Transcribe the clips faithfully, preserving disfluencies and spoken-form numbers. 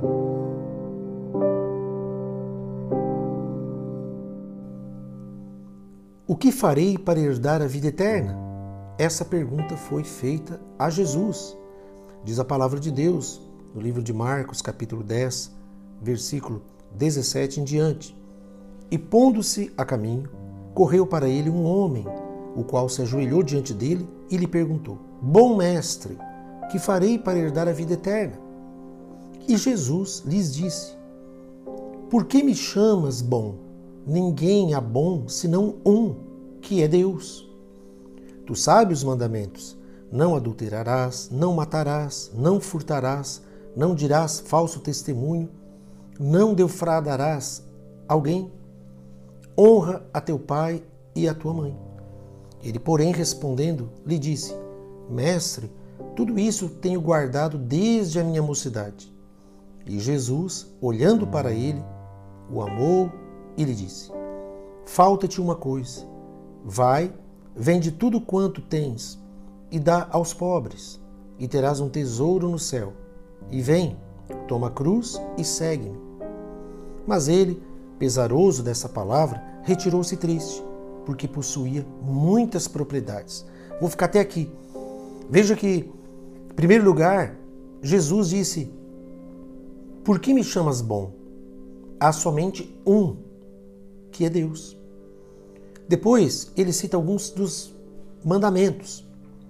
O que farei para herdar a vida eterna? Essa pergunta foi feita a Jesus. Diz a palavra de Deus no livro de Marcos, capítulo dez, versículo dezessete em diante. E pondo-se a caminho, correu para ele um homem, o qual se ajoelhou diante dele e lhe perguntou: Bom mestre, que farei para herdar a vida eterna? E Jesus lhes disse: Por que me chamas bom? Ninguém há bom senão um, que é Deus. Tu sabes os mandamentos: não adulterarás, não matarás, não furtarás, não dirás falso testemunho, não defraudarás alguém, honra a teu pai e a tua mãe. Ele, porém, respondendo, lhe disse: Mestre, tudo isso tenho guardado desde a minha mocidade. E Jesus, olhando para ele, o amou e lhe disse: Falta-te uma coisa. Vai, vende tudo quanto tens e dá aos pobres, e terás um tesouro no céu. E vem, toma a cruz e segue-me. Mas ele, pesaroso dessa palavra, retirou-se triste, porque possuía muitas propriedades. Vou ficar até aqui. Veja que, em primeiro lugar, Jesus disse: Por que me chamas bom? Há somente um, que é Deus. Depois, ele cita alguns dos mandamentos.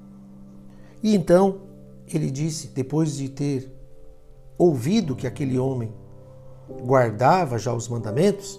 E então, ele disse, depois de ter ouvido que aquele homem guardava já os mandamentos,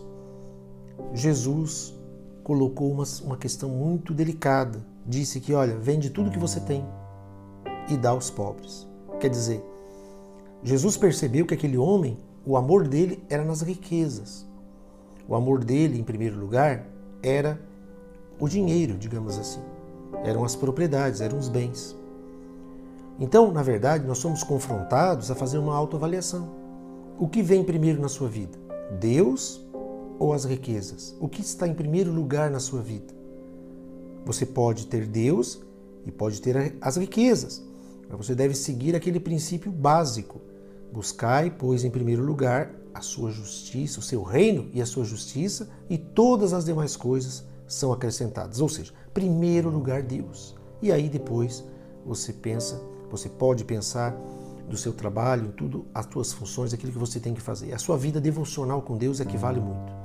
Jesus colocou uma, uma questão muito delicada. Disse que, olha, vende tudo que você tem e dá aos pobres. Quer dizer, Jesus percebeu que aquele homem, o amor dele era nas riquezas. O amor dele, em primeiro lugar, era o dinheiro, digamos assim. Eram as propriedades, eram os bens. Então, na verdade, nós somos confrontados a fazer uma autoavaliação. O que vem primeiro na sua vida? Deus ou as riquezas? O que está em primeiro lugar na sua vida? Você pode ter Deus e pode ter as riquezas, mas você deve seguir aquele princípio básico. Buscai, pois, em primeiro lugar, a sua justiça, o seu reino e a sua justiça, e todas as demais coisas são acrescentadas. Ou seja, primeiro lugar Deus. E aí depois você pensa, você pode pensar do seu trabalho, em tudo, as suas funções, aquilo que você tem que fazer. A sua vida devocional com Deus é que vale muito.